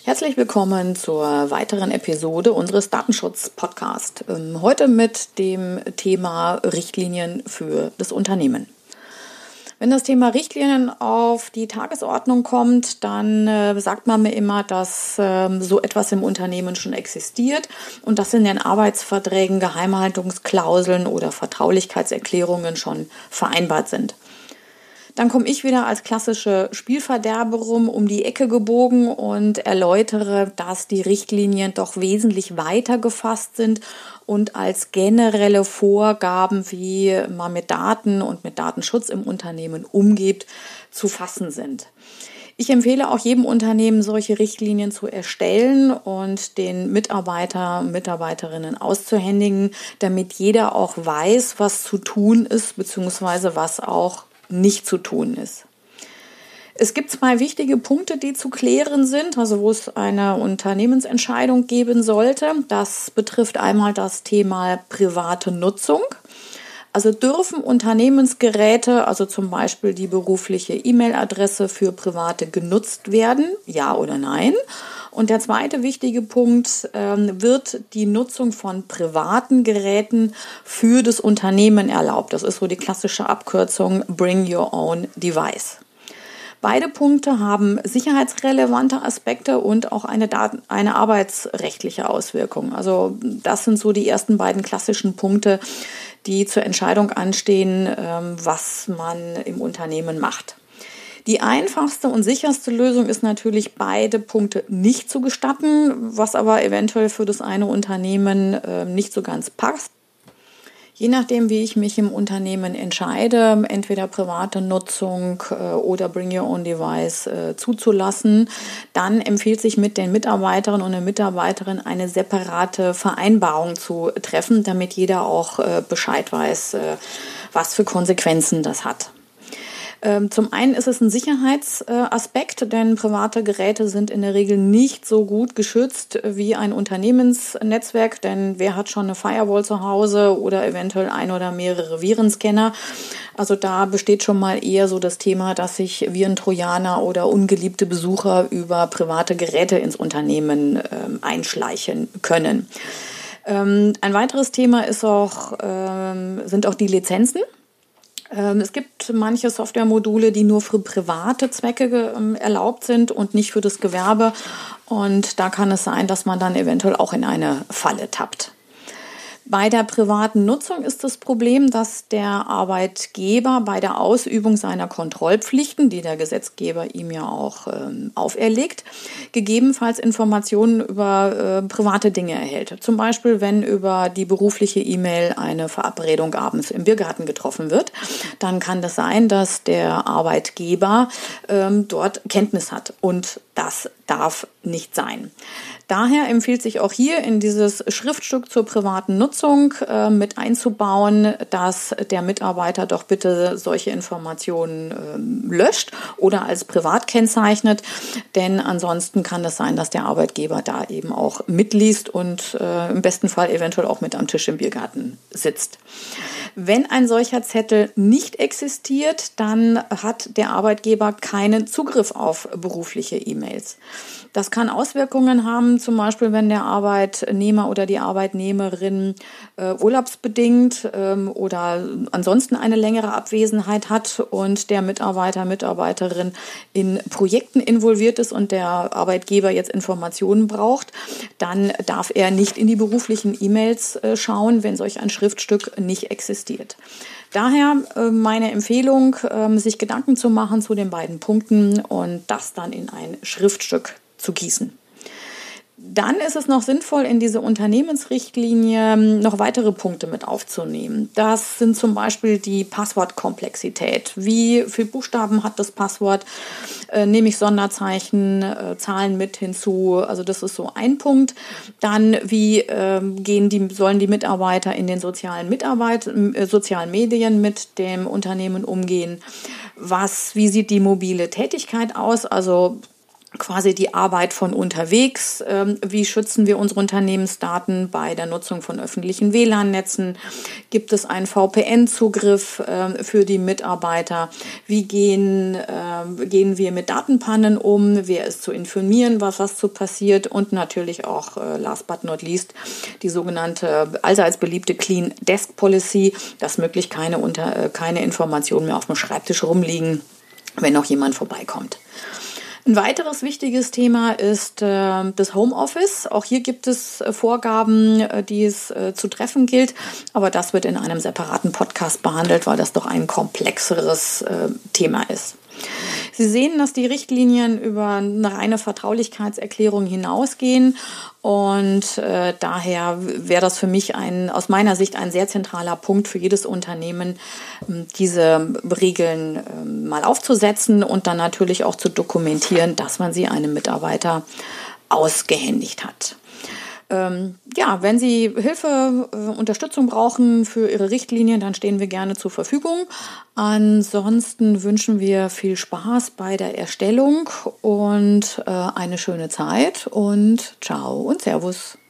Herzlich willkommen zur weiteren Episode unseres Datenschutz-Podcasts. Heute mit dem Thema Richtlinien für das Unternehmen. Wenn das Thema Richtlinien auf die Tagesordnung kommt, dann sagt man mir immer, dass so etwas im Unternehmen schon existiert und dass in den Arbeitsverträgen Geheimhaltungsklauseln oder Vertraulichkeitserklärungen schon vereinbart sind. Dann komme ich wieder als klassische Spielverderberin um die Ecke gebogen und erläutere, dass die Richtlinien doch wesentlich weiter gefasst sind und als generelle Vorgaben, wie man mit Daten und mit Datenschutz im Unternehmen umgeht, zu fassen sind. Ich empfehle auch jedem Unternehmen, solche Richtlinien zu erstellen und den Mitarbeiter und Mitarbeiterinnen auszuhändigen, damit jeder auch weiß, was zu tun ist, beziehungsweise was auch nicht zu tun ist. Es gibt zwei wichtige Punkte, die zu klären sind, also wo es eine Unternehmensentscheidung geben sollte. Das betrifft einmal das Thema private Nutzung. Also dürfen Unternehmensgeräte, also zum Beispiel die berufliche E-Mail-Adresse für Private genutzt werden, ja oder nein? Und der zweite wichtige Punkt, wird die Nutzung von privaten Geräten für das Unternehmen erlaubt. Das ist so die klassische Abkürzung Bring Your Own Device. Beide Punkte haben sicherheitsrelevante Aspekte und auch eine arbeitsrechtliche Auswirkung. Also das sind so die ersten beiden klassischen Punkte, die zur Entscheidung anstehen, was man im Unternehmen macht. Die einfachste und sicherste Lösung ist natürlich, beide Punkte nicht zu gestatten, was aber eventuell für das eine Unternehmen nicht so ganz passt. Je nachdem, wie ich mich im Unternehmen entscheide, entweder private Nutzung oder Bring Your Own Device zuzulassen, dann empfiehlt sich mit den Mitarbeiterinnen und den Mitarbeitern eine separate Vereinbarung zu treffen, damit jeder auch Bescheid weiß, was für Konsequenzen das hat. Zum einen ist es ein Sicherheitsaspekt, denn private Geräte sind in der Regel nicht so gut geschützt wie ein Unternehmensnetzwerk, denn wer hat schon eine Firewall zu Hause oder eventuell ein oder mehrere Virenscanner? Also da besteht schon mal eher so das Thema, dass sich Virentrojaner oder ungeliebte Besucher über private Geräte ins Unternehmen einschleichen können. Ein weiteres Thema ist sind auch die Lizenzen. Es gibt manche Softwaremodule, die nur für private Zwecke erlaubt sind und nicht für das Gewerbe. Und da kann es sein, dass man dann eventuell auch in eine Falle tappt. Bei der privaten Nutzung ist das Problem, dass der Arbeitgeber bei der Ausübung seiner Kontrollpflichten, die der Gesetzgeber ihm ja auch auferlegt, gegebenenfalls Informationen über private Dinge erhält. Zum Beispiel, wenn über die berufliche E-Mail eine Verabredung abends im Biergarten getroffen wird, dann kann das sein, dass der Arbeitgeber dort Kenntnis hat und das darf nicht sein. Daher empfiehlt sich auch hier in dieses Schriftstück zur privaten Nutzung mit einzubauen, dass der Mitarbeiter doch bitte solche Informationen löscht oder als privat kennzeichnet, denn ansonsten kann es sein, dass der Arbeitgeber da eben auch mitliest und im besten Fall eventuell auch mit am Tisch im Biergarten sitzt. Wenn ein solcher Zettel nicht existiert, dann hat der Arbeitgeber keinen Zugriff auf berufliche E-Mails. Das kann Auswirkungen haben, zum Beispiel wenn der Arbeitnehmer oder die Arbeitnehmerin urlaubsbedingt oder ansonsten eine längere Abwesenheit hat und der Mitarbeiter, Mitarbeiterin in Projekten involviert ist und der Arbeitgeber jetzt Informationen braucht, dann darf er nicht in die beruflichen E-Mails schauen, wenn solch ein Schriftstück nicht existiert. Daher meine Empfehlung, sich Gedanken zu machen zu den beiden Punkten und das dann in ein Schriftstück zu gießen. Dann ist es noch sinnvoll, in diese Unternehmensrichtlinie noch weitere Punkte mit aufzunehmen. Das sind zum Beispiel die Passwortkomplexität. Wie viele Buchstaben hat das Passwort? Nehme ich Sonderzeichen, Zahlen mit hinzu? Also das ist so ein Punkt. Dann, wie sollen die Mitarbeiter in den sozialen Medien mit dem Unternehmen umgehen? Wie sieht die mobile Tätigkeit aus? Also quasi die Arbeit von unterwegs. Wie schützen wir unsere Unternehmensdaten bei der Nutzung von öffentlichen WLAN-Netzen? Gibt es einen VPN-Zugriff für die Mitarbeiter? Wie gehen wir mit Datenpannen um? Wer ist zu informieren, was zu passiert? Und natürlich auch, last but not least, die sogenannte allseits beliebte Clean Desk Policy, dass möglichst keine Informationen mehr auf dem Schreibtisch rumliegen, wenn noch jemand vorbeikommt. Ein weiteres wichtiges Thema ist das Homeoffice. Auch hier gibt es Vorgaben, die es zu treffen gilt. Aber das wird in einem separaten Podcast behandelt, weil das doch ein komplexeres Thema ist. Sie sehen, dass die Richtlinien über eine reine Vertraulichkeitserklärung hinausgehen und daher wäre das für mich aus meiner Sicht ein sehr zentraler Punkt für jedes Unternehmen, diese Regeln mal aufzusetzen und dann natürlich auch zu dokumentieren, dass man sie einem Mitarbeiter ausgehändigt hat. Wenn Sie Hilfe, Unterstützung brauchen für Ihre Richtlinien, dann stehen wir gerne zur Verfügung. Ansonsten wünschen wir viel Spaß bei der Erstellung und eine schöne Zeit und ciao und servus.